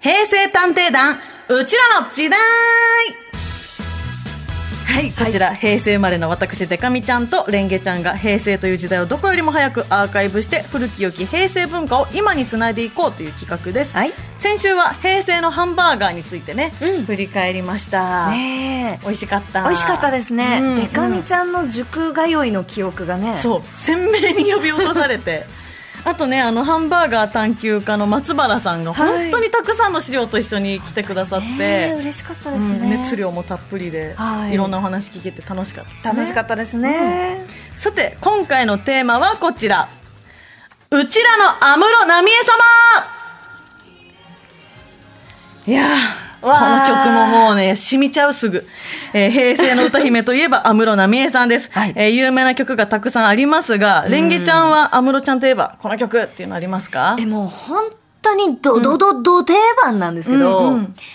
平成探偵団うちらの時代。はい、こちら、平成生まれの私デカミちゃんとレンゲちゃんが平成という時代をどこよりも早くアーカイブして古き良き平成文化を今につないでいこうという企画です、はい、先週は平成のハンバーガーについてね、振り返りました、ね、美味しかったですね、デカミちゃんの塾通いの記憶がね、 そう鮮明に呼び起こされてあとね、ハンバーガー探求家の松原さんが本当にたくさんの資料と一緒に来てくださって、 嬉しかったですね、 熱量もたっぷりで、いろんなお話聞けて楽しかったですね。 楽しかったですね、 さて今回のテーマはこちら、うちらの安室奈美恵様。いやこの曲ももうね染みちゃうすぐ、平成の歌姫といえば安室奈美恵さんです、はい、有名な曲がたくさんありますが、レンゲちゃんは安室ちゃんといえばこの曲っていうのありますか？ もう本当にど定番なんですけど、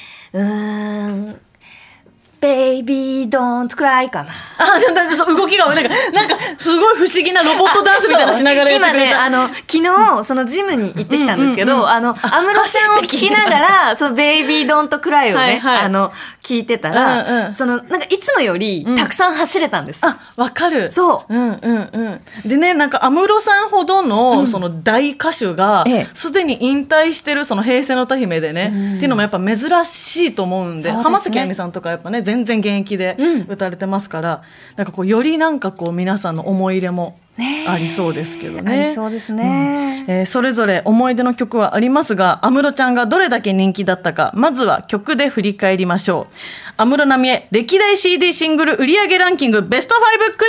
ベイビードントクライかな。 動きがなんかすごい不思議なロボットダンスみたいなしながらやってくれた。 今ね昨日そのジムに行ってきたんですけど、安室ちゃんを聴きながらそのベイビードントクライをね、聞いてたら、なんかいつもよりたくさん走れたんです。 わかる。 そう。 でね、なんか安室さんほどのその大歌手がすでに引退してるその平成の歌姫でね、っていうのもやっぱ珍しいと思うんで、浜崎あゆみさんとかやっぱね全然現役で歌われてますから、なんかこうよりなんかこう皆さんの思い入れもありそうですけどね。 ありそうですね、 それぞれ思い出の曲はありますが、安室ちゃんがどれだけ人気だったか、まずは曲で振り返りましょう。安室奈美恵歴代 CD シングル売上ランキングベスト5ク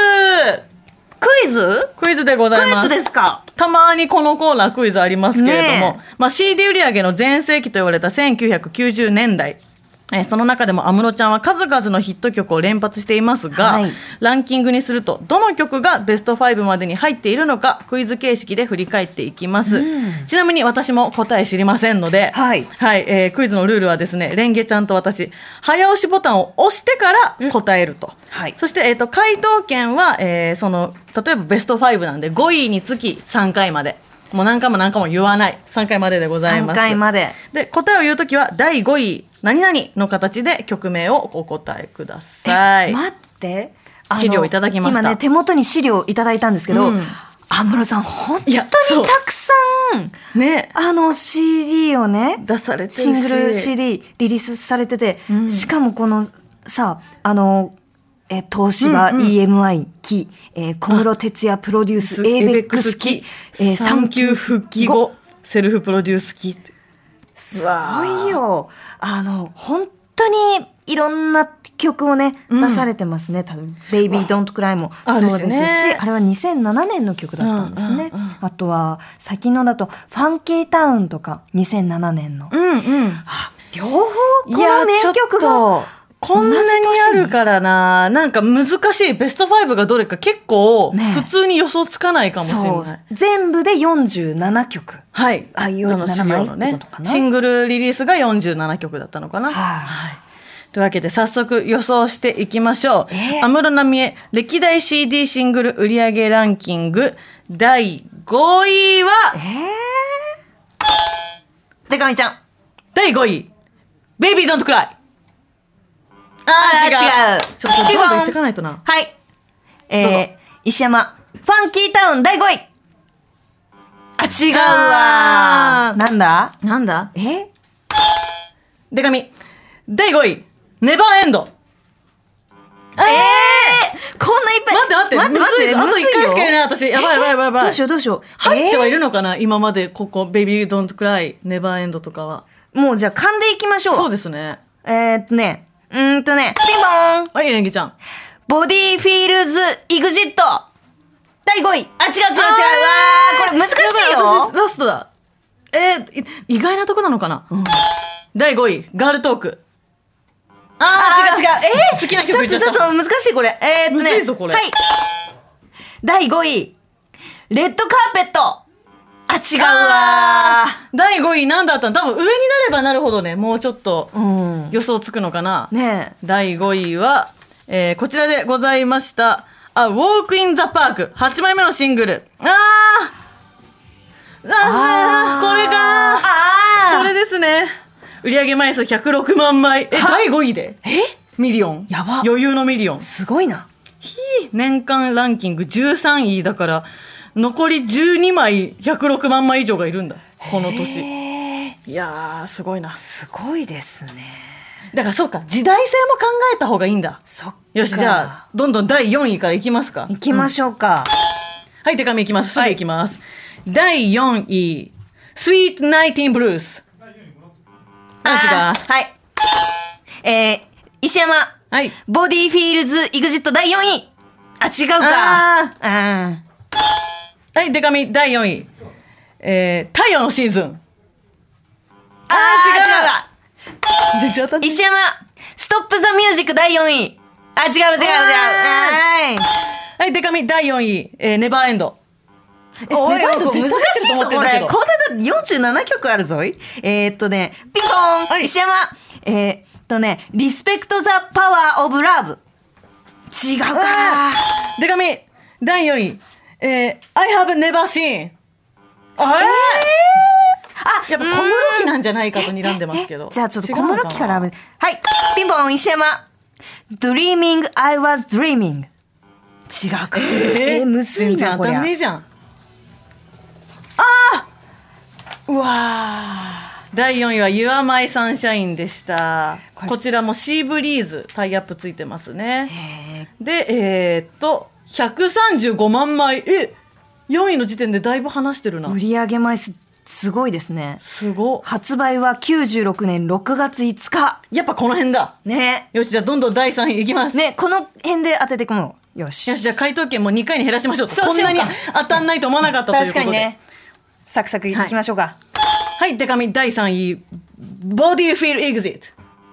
イズでございます。 クイズですか？ たまにこのコーナークイズありますけれども、CD 売上の全盛期と言われた1990年代、その中でも安室ちゃんは数々のヒット曲を連発していますが、ランキングにするとどの曲がベスト5までに入っているのか、クイズ形式で振り返っていきます、ちなみに私も答え知りませんので、クイズのルールはですね、レンゲちゃんと私早押しボタンを押してから答えると、そして、回答権は、例えばベスト5なんで5位につき3回まで、もう何回も言わない3回まででございます。 3回までで、答えを言うときは第5位何々の形で曲名をお答えください。 待って、 資料いただきました。 今ね手元に資料いただいたんですけど、安室さん本当にたくさんね、CD をね出されてるし、 シングル CD リリースされてて、しかもこのさ東芝 EMI 期、小室哲哉プロデュース ABEX 期、 産休復帰後セルフプロデュース期。 すごいよ。本当にいろんな曲をね、出されてますね。多分ベイビードントクライもそうですし、あれは2007年の曲だったんですね。あとは先のだとファンキータウンとか2007年の、両方この名曲がこんなにあるからな、なんか難しい。ベスト5がどれか結構普通に予想つかないかもしれない、 全部で47曲、 47枚のね、シングルリリースが47曲だったのかな、というわけで早速予想していきましょう。安室奈美恵歴代 CD シングル売上ランキング第5位は、 でかみちゃん。 第5位ベイビードントクライ。違う。ちょっとどんどん言っていかないとな。 はい。石山ファンキータウン第5位。違うわ。なんだでかみ第5位ネバーエンド。 こんないっぱい。待って。 あと1回しかいない。私やばい。 どうしよう。 入ってはいるのかな、今までここベイビードントクライネバーエンドとかは。 もうじゃあ噛んでいきましょう。 そうですね。 ピンポーン。 はい、レンゲちゃん。 ボディフィールズイグジット第5位。違う。これ難しいよ。 私ラストだ。意外なとこなのかな、第5位ガールトーク。違う。好きな曲言っちゃった。 ちょっと難しいこれ。 むずいぞこれ。 第5位レッドカーペット。違うわ。 第5位なんだったの。多分上になればなるほどね、もうちょっと予想つくのかな、第5位は、こちらでございました。Walk in the Park 8枚目のシングル。これですね。 売上枚数106万枚。第5位でミリオン。 やば。 余裕のミリオン。 すごいな。 年間ランキング13位だから、残り12枚106万枚以上がいるんだ、この年。いやー、すごいな。 すごいですね。 だからそうか、時代性も考えた方がいいんだ。 そっか。 よし、じゃあどんどん第4位からいきますか。 いきましょうか。 はい、手紙いきます。すぐいきます。第4位、Sweet 19 Blues。何時か。 はい。石山。 はい。 ボディフィールズ EXIT 第4位。あ、違うか。 はい、手紙第4位。太陽のシーズン。 違うわ。石山、ストップザミュージック第4位。あ、違う。 はい、手紙第4位。ネバーエンド。 おい、難しいぞ、これ。こんなだ47曲あるぞい。ピンポーン、石山。リスペクトザパワーオブラブ。違うか。 手紙第4位。I have never seen。やっぱ小室家なんじゃないかと睨んでますけど。 じゃあちょっと小室家からはい、ピンポン、石山。Dreaming I was dreaming。違うか。むずいじゃん、これ。 当たんねえじゃん。うわー。第4位は Your My Sunshine でした。こちらもシーブリーズタイアップついてますね。で、135万枚。4位の時点でだいぶ離してるな。 売上枚数すごいですね。 すご。 発売は96年6月5日。 やっぱこの辺だ。 ね。 よし、じゃあどんどん第3位いきます。 ね、この辺で当てていくもん。よし。 よし、じゃあ回答権も2回に減らしましょう。こんなに当たんないと思わなかったということで。 確かにね。サクサクいきましょうか。 はい、手紙第3位。Body Feel Exit。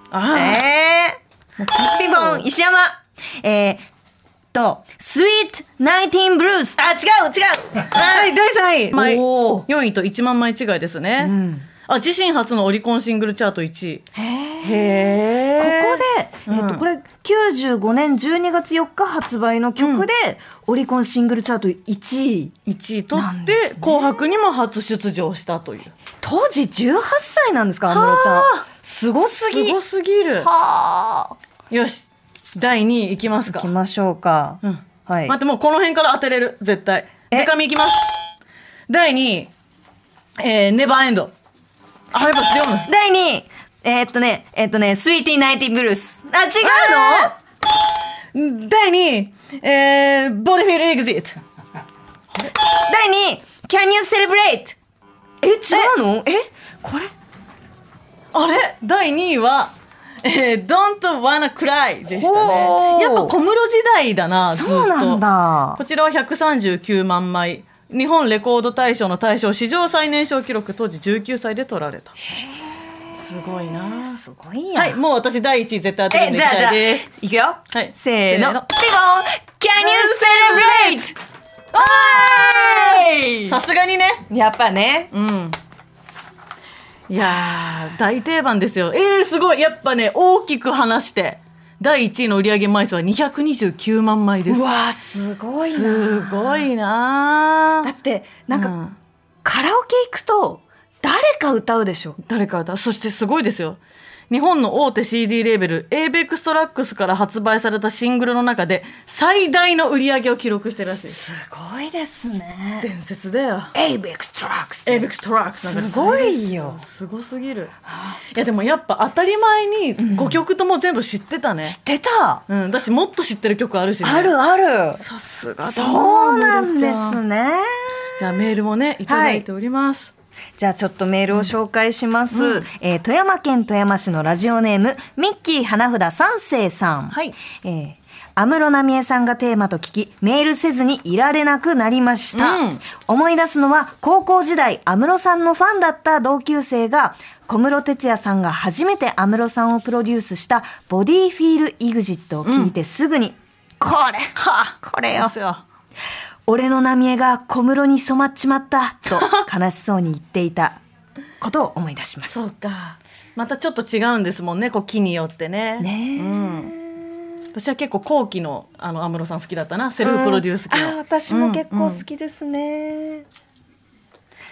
ピンポン、石山。Sweet 19 Blues。あ、違う。 はい、第3位。4位と1万枚違いですね。自身初のオリコンシングルチャート1位。へー。ここで、これ95年12月4日発売の曲で、オリコンシングルチャート1位。 1位取って、紅白にも初出場したという。 当時18歳なんですか、安室ちゃん。すごすぎる。よし。第2位いきますか。 いきましょうか。 はい。待って、もうこの辺から当てれる、絶対。手紙いきます。第2位、ネバーエンド。やっぱ強いの。 第2位、スイーティーナイティブルース。あ、違うの？第2位、ボディフィールエグジット。 第2位、Can You Celebrate？違うの？これ？ あれ？第2位は、Don't Wanna Cry でしたね。やっぱ小室時代だな、ずっと。 そうなんだ。 こちらは139万枚。日本レコード大賞の大賞史上最年少記録、当時19歳で取られた。すごいな。 すごいや。 はい、もう私第1位絶対当てるんでいきたいです。 いくよ。 はい、 せーの。ピボン Can You Celebrate？ さすがにね。 やっぱね。 いやー、大定番ですよ。すごい。やっぱね、大きく話して第1位の売上枚数は229万枚です。 うわー、すごいな。 すごいな。 だってなんか、カラオケ行くと誰か歌うでしょ。 誰か歌う。そしてすごいですよ。日本の大手 CD レーベル ABEX トラックスから発売されたシングルの中で最大の売り上げを記録してるらしい。 すごいですね。 伝説だよ。 ABEX トラックス。 ABEX トラックス。 すごいよ。 すごすぎる。いやでもやっぱ当たり前に5曲とも全部知ってたね。 知ってた。 だしもっと知ってる曲あるしね。 ある。 さすがだな。 そうなんですね。 じゃあメールもねいただいております。 じゃあちょっとメールを紹介します。富山県富山市のラジオネームミッキー花札三世さん。 はい。 安室奈美恵さんがテーマと聞きメールせずにいられなくなりました。思い出すのは高校時代安室さんのファンだった同級生が小室哲哉さんが初めて安室さんをプロデュースしたボディフィールイグジットを聞いてすぐに、これよ。俺の奈美恵が小室に染まっちまったと悲しそうに言っていたことを思い出します。 そうか。またちょっと違うんですもんね、こう木によってね。私は結構後期の安室さん好きだったな、セルフプロデュース機の。 私も結構好きですね。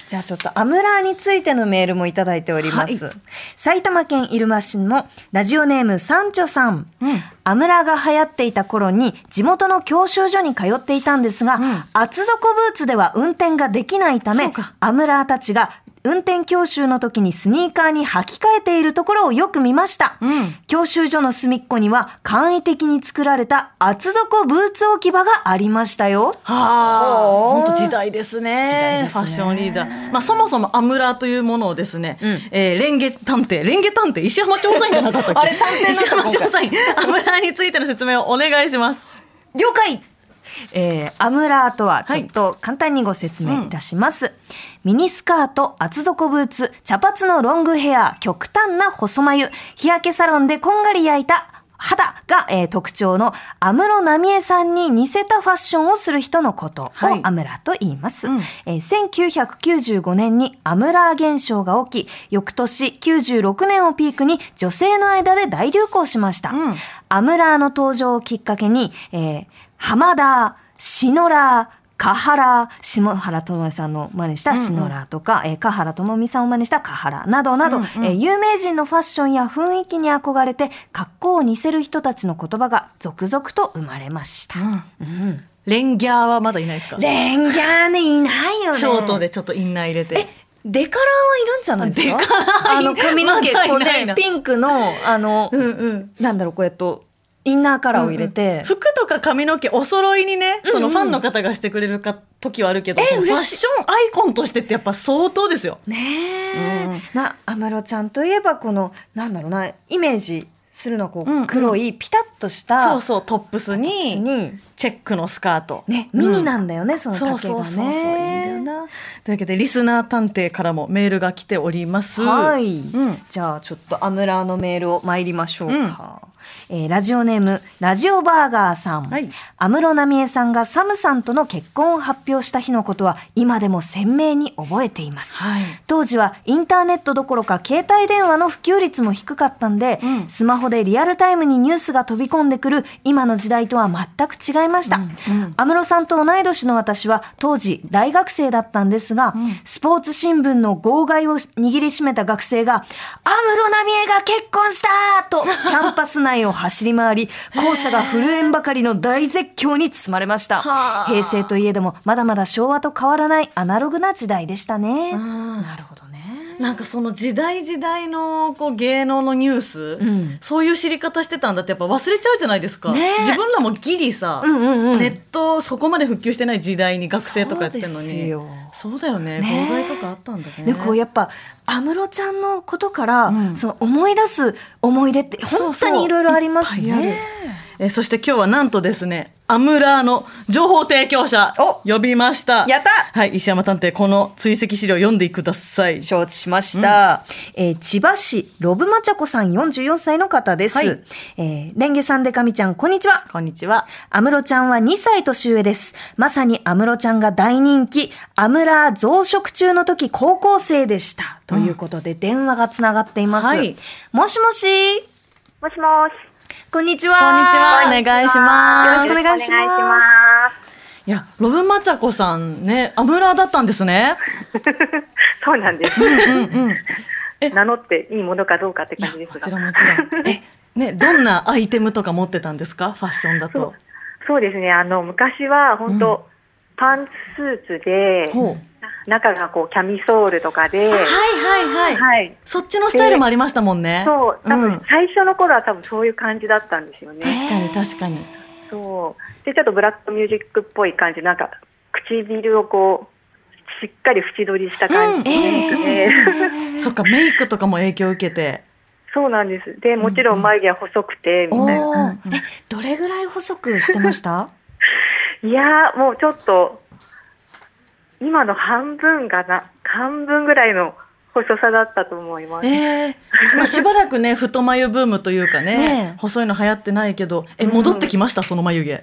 じゃあちょっとアムラーについてのメールもいただいております。埼玉県入間市のラジオネームサンチョさん。アムラーが流行っていた頃に地元の教習所に通っていたんですが、厚底ブーツでは運転ができないため、アムラーたちが運転教習の時にスニーカーに履き替えているところをよく見ました。教習所の隅っこには簡易的に作られた厚底ブーツ置き場がありましたよ。 本当時代ですね。ファッションリーダー。そもそもアムラーというものをですね、レンゲ探偵石山調査員じゃなかったっけ？ あれ探偵なんだ。 石山調査員アムラーについての説明をお願いします。 了解。アムラーとはちょっと簡単にご説明いたします。ミニスカート、厚底ブーツ、茶髪のロングヘア、極端な細眉、日焼けサロンでこんがり焼いた肌が、特徴の安室奈美恵さんに似せたファッションをする人のことをアムラーと言います。1995年にアムラー現象が起き、翌年96年をピークに女性の間で大流行しました。アムラーの登場をきっかけに、浜田、シノラー、カハラ、下原智恵さんの真似したシノラーとか、カハラ智美さんを真似したカハラなどなど、有名人のファッションや雰囲気に憧れて格好を似せる人たちの言葉が続々と生まれました。 レンギャーはまだいないですか？ レンギャーね、いないよね。 ショートでちょっとインナー入れて。 デカラーはいるんじゃないですか？デカラー髪の毛こうね、ピンクのなんだろう、こうやっとインナーカラーを入れて、 服とか髪の毛お揃いにね、そのファンの方がしてくれる時はあるけど、ファッションアイコンとしてってやっぱ相当ですよね。安室ちゃんといえばこのなんだろうな、イメージするのはこう、黒いピタッとしたトップスにチェックのスカートね、ミニなんだよね、その丈がね。 そういいんだよな。というわけでリスナー探偵からもメールが来ております。 じゃあちょっとアムラーのメールを参りましょうか。ラジオネームラジオバーガーさん。安室奈美恵さんがサムさんとの結婚を発表した日のことは今でも鮮明に覚えています。当時はインターネットどころか携帯電話の普及率も低かったんで、スマホでリアルタイムにニュースが飛び込んでくる今の時代とは全く違いました。安室さんと同い年の私は当時大学生だったんですが、スポーツ新聞の号外を握りしめた学生が安室奈美恵が結婚したとキャンパス内を走り回り、校舎が震えんばかりの大絶叫に包まれました。平成といえどもまだまだ昭和と変わらないアナログな時代でしたね。 なるほどね。なんかその時代のこう芸能のニュース、そういう知り方してたんだってやっぱ忘れちゃうじゃないですか。自分らもギリさ、ネットそこまで普及してない時代に学生とかやってるのに。そうだよね。号外とかあったんだね。 でこうやっぱ安室ちゃんのことから、その思い出す思い出って本当にいろいろありますね。 そして今日はなんとですね、アムラーの情報提供者呼びました。 やった。 はい、石山探偵、この追跡資料読んでください。 承知しました。千葉市ロブマチャコさん44歳の方です。レンゲさんでかみちゃん、こんにちは。 こんにちは。 安室ちゃんは2歳年上です。まさに安室ちゃんが大人気、アムラー増殖中の時高校生でした。ということで電話がつながっています。もしもし。 もしもし。 こんにちは。 こんにちは。お願いします。 よろしくお願いします。 いや、ロブマチャコさんね、アムラーだったんですね。 そうなんです。名乗っていいものかどうかって感じですが。 もちろん。ね、どんなアイテムとか持ってたんですか、ファッションだと。 そうですね。昔は本当、パンツスーツで、中がこうキャミソールとかで、 そっちのスタイルもありましたもんね。 そう、多分最初の頃は多分そういう感じだったんですよね。 確かに。 そうでちょっとブラックミュージックっぽい感じ、なんか唇をこうしっかり縁取りした感じで、 そっか、メイクとかも影響を受けて。 そうなんです。でもちろん眉毛は細くてみたいな。 どれぐらい細くしてました？ いやもうちょっと今の半分ぐらいの細さだったと思います。 しばらくね、太眉ブームというかね、細いの流行ってないけど、戻ってきました、その眉毛。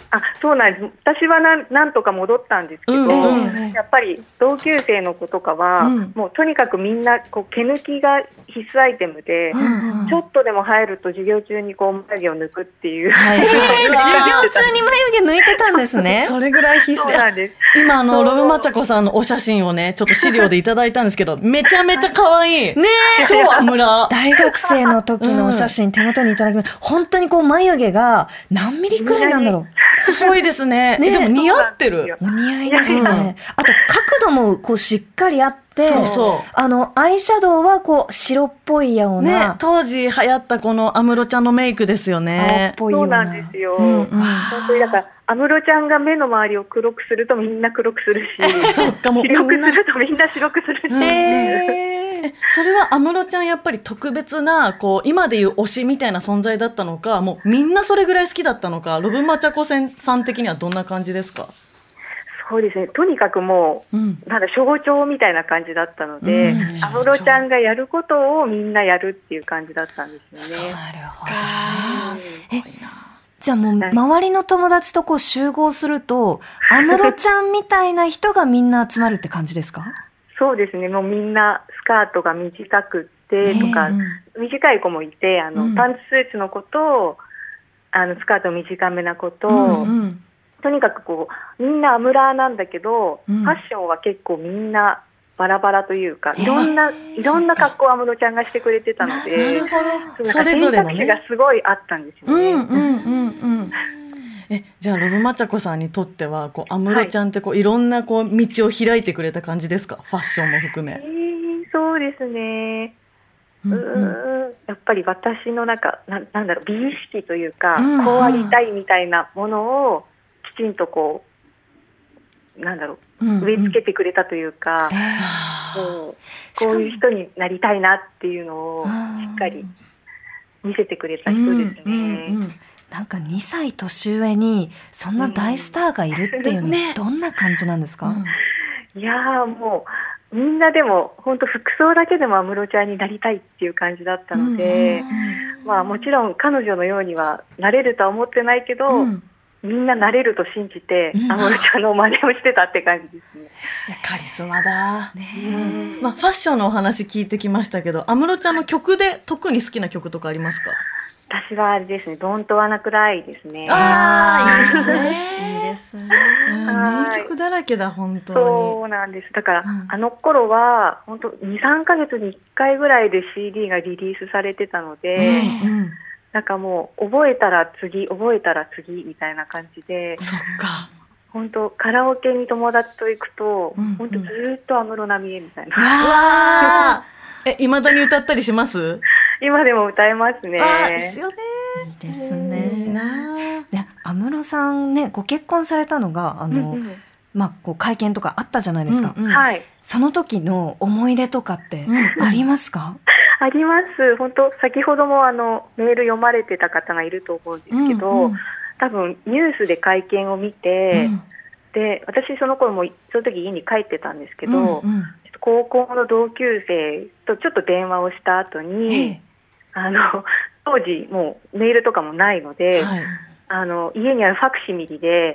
そうなんです。私はなんとか戻ったんですけど、やっぱり同級生の子とかは、もうとにかくみんなこう毛抜きが必須アイテムで、ちょっとでも入ると授業中にこう眉毛を抜くっていう、 授業中に眉毛抜いてたんですね。 それぐらい必須。 そうなんです。 今ロブマチャコさんのお写真をねちょっと資料でいただいたんですけど、めちゃめちゃ可愛いね。超アムラ。 大学生の時のお写真手元にいただきます。本当にこう眉毛が何ミリくらいなんだろう。 細いですね。でも似合ってる。 お似合いですね。あと角度もこうしっかりあって、アイシャドウはこう白っぽいような、 ね、当時流行ったこの安室ちゃんのメイクですよね。 青っぽいような。 そうなんですよ。本当にだから安室ちゃんが目の周りを黒くするとみんな黒くするし、 そっか、もう白くするとみんな白くするし。 それは安室ちゃんやっぱり特別なこう今でいう推しみたいな存在だったのか、もうみんなそれぐらい好きだったのか、ロブマチャコさん的にはどんな感じですか？ そうですね、とにかくもう、なんだ象徴みたいな感じだったので、安室ちゃんがやることをみんなやるっていう感じだったんですよね。 なるほどね。じゃあもう周りの友達とこう集合すると安室ちゃんみたいな人がみんな集まるって感じですか？ そうですね、もうみんなスカートが短くってとか、短い子もいて、パンツスーツの子とスカート短めな子と、とにかくこうみんなアムラーなんだけど、ファッションは結構みんなバラバラというか、いろんな格好を安室ちゃんがしてくれてたので、それぞれの選択肢がすごいあったんですよね。 じゃあロブマチャコさんにとってはこう安室ちゃんってこういろんなこう道を開いてくれた感じですか？ファッションも含め。 そうですね。やっぱり私のなんだろう、美意識というか、こうありたいみたいなものをきちんとこうなんだろう、植え付けてくれたというか、こういう人になりたいなっていうのをしっかり見せてくれた人ですね。 なんか2歳年上にそんな大スターがいるっていうのはどんな感じなんですか？ いやー、もうみんなでも本当服装だけでも安室ちゃんになりたいっていう感じだったので、まあもちろん彼女のようにはなれるとは思ってないけど、みんななれると信じて安室ちゃんの真似をしてたって感じですね。 カリスマだ、まあ、ファッションのお話聞いてきましたけど、安室ちゃんの曲で特に好きな曲とかありますか？ 私はあれですね、Don't Wanna Cryですね。 いいですね。いいですね。名曲だらけだ、本当に。 そうなんです。だから、あの頃は本当2、3ヶ月に1回ぐらいで CD がリリースされてたので、なんかもう覚えたら次みたいな感じで、 そっか。 本当カラオケに友達と行くと、本当ずっと安室奈美恵みたいな。 未だに歌ったりします？ 今でも歌えますね。 ですよね。 いいですね。で、安室さんね、ご結婚されたのがまあこう会見とかあったじゃないですか。 はい。 その時の思い出とかってありますか？ あります。本当先ほどもメール読まれてた方がいると思うんですけど、多分ニュースで会見を見て、で私その頃もその時家に帰ってたんですけど、高校の同級生とちょっと電話をした後に、当時もうメールとかもないので、家にあるファクシミリで、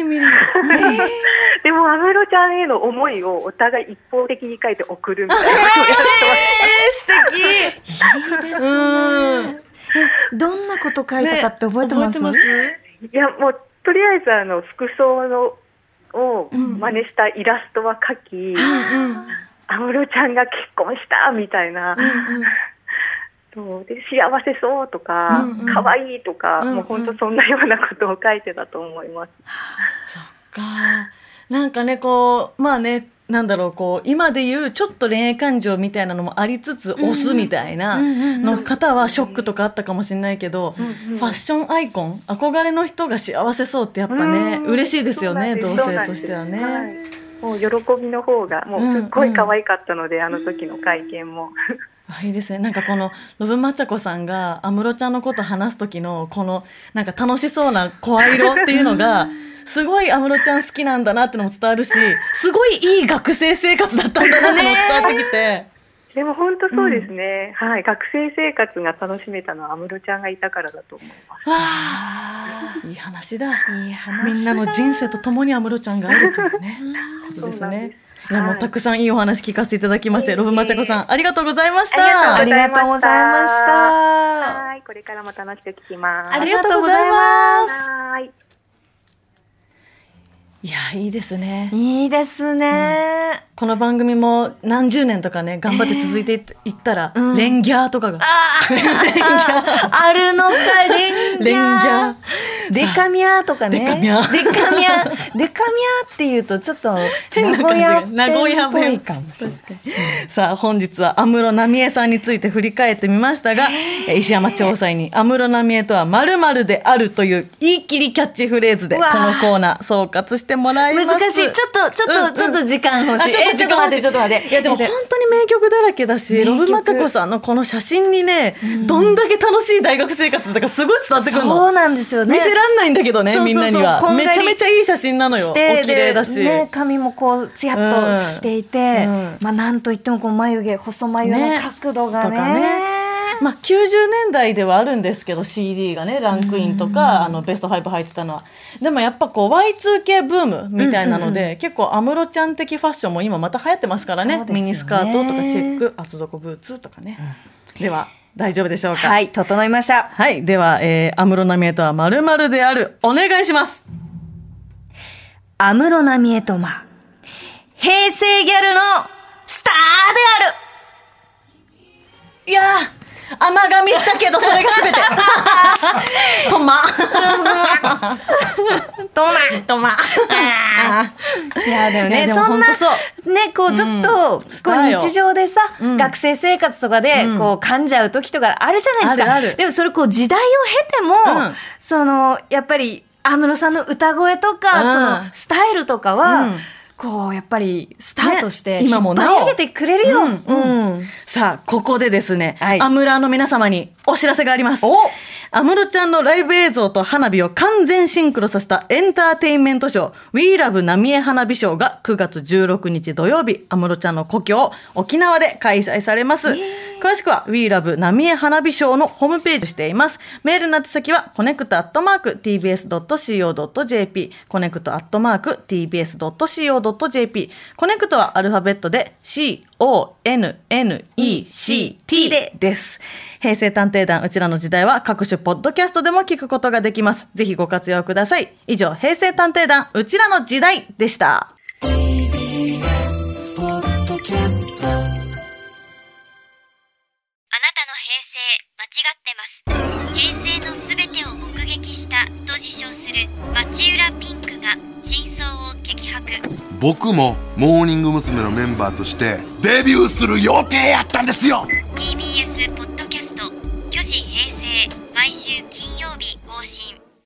でも安室ちゃんへの思いをお互い一方的に書いて送るみたいなことをやってました。 素敵。いいですね。どんなこと書いたかって覚えてます？ いや、もうとりあえず服装を真似したイラストは描き、安室ちゃんが結婚したみたいな、で幸せそうとか、可愛いとか、もう本当そんなようなことを書いてたと思います。 そっか。なんかね、こうまあね、なんだろう、こう今でいうちょっと恋愛感情みたいなのもありつつ、推すみたいなの方はショックとかあったかもしれないけど、ファッションアイコン、憧れの人が幸せそうってやっぱね、嬉しいですよね、同性としてはね。 もう喜びの方がもうすっごい可愛かったので、あの時の会見も。 いいですね。なんかこのロブマチャコさんが安室ちゃんのこと話す時のこのなんか楽しそうな声色っていうのがすごい安室ちゃん好きなんだなってのも伝わるし、すごいいい学生生活だったんだなってのも伝わってきて、 でも本当そうですね、はい、学生生活が楽しめたのは安室ちゃんがいたからだと思います。 わあ、いい話だ。 いい話だ。 みんなの人生とともに安室ちゃんがあるというねことですね。いや、もうたくさんいいお話聞かせていただきまして、ロブマチャコさんありがとうございました。 ありがとうございました。 はい、これからも楽しく聞きます。 ありがとうございます。 はい。 いや、いいですね。 いいですね、 この番組も何十年とかね頑張って続いていったら、レンギャーとかがあるのか、レンギャーデカミャーとかね。 デカミャーっていうとちょっと変な感じが名古屋っぽいかもしれない。 さあ本日は安室奈美恵さんについて振り返ってみましたが、石山調査員に安室奈美恵とは〇〇であるという言い切りキャッチフレーズでこのコーナー総括してもらいます。 難しい。ちょっと時間欲しい。ちょっと待って。 いやでも本当に名曲だらけだし、ロブマチャコさんのこの写真にね、どんだけ楽しい大学生活だからすごい伝わってくるの。 そうなんですよね。 見せらんないんだけどね、みんなにはめちゃめちゃいい写真なのよ。お綺麗だし、 ね、髪もこうツヤっとしていて、まあなんといってもこう眉毛、細眉の角度がね。 まあ、90年代ではあるんですけど CD がねランクインとかベスト5入ってたのは。でもやっぱこう Y2K ブームみたいなので、結構安室ちゃん的ファッションも今また流行ってますから ね。ミニスカートとかチェック、厚底ブーツとかね、では大丈夫でしょうか。 はい、整いました。 はい、では、安室奈美恵とは〇〇である、お願いします。 安室奈美恵とは平成ギャルのスターである。 いやー、甘噛みしたけどそれが全てトマいやでもね、そんなね、こうちょっとこう日常でさ、学生生活とかでこう噛んじゃう時とかあるじゃないですか。でもそれこう時代を経ても、そのやっぱり安室さんの歌声とか、そのスタイルとかは、こうやっぱぱりスタートして引っ張り上げてくれるよ。 さあここでですね、安室の皆様にお知らせがあります。安室ちゃんのライブ映像と花火を完全シンクロさせたエンターテインメントショー We Love 浪江花火ショーが9月16日土曜日、安室ちゃんの故郷沖縄で開催されます。詳しくは We Love 浪江花火ショーのホームページしています。メールの宛先は connect@tbs.co.jp connect@tbs.co.jp コネクトはアルファベットで CONNECT です。平成探偵団うちらの時代は各種ポッドキャストでも聞くことができます。ぜひご活用ください。以上、平成探偵団うちらの時代でした。 TBS ポッドキャスト。あなたの平成間違ってます。平成のすべてを目撃したと自称する町浦ピンクが真相を激白。 僕もモーニング娘。のメンバーとしてデビューする予定やったんですよ。 TBS ポッドキャスト、巨子平成、毎週金曜日更新。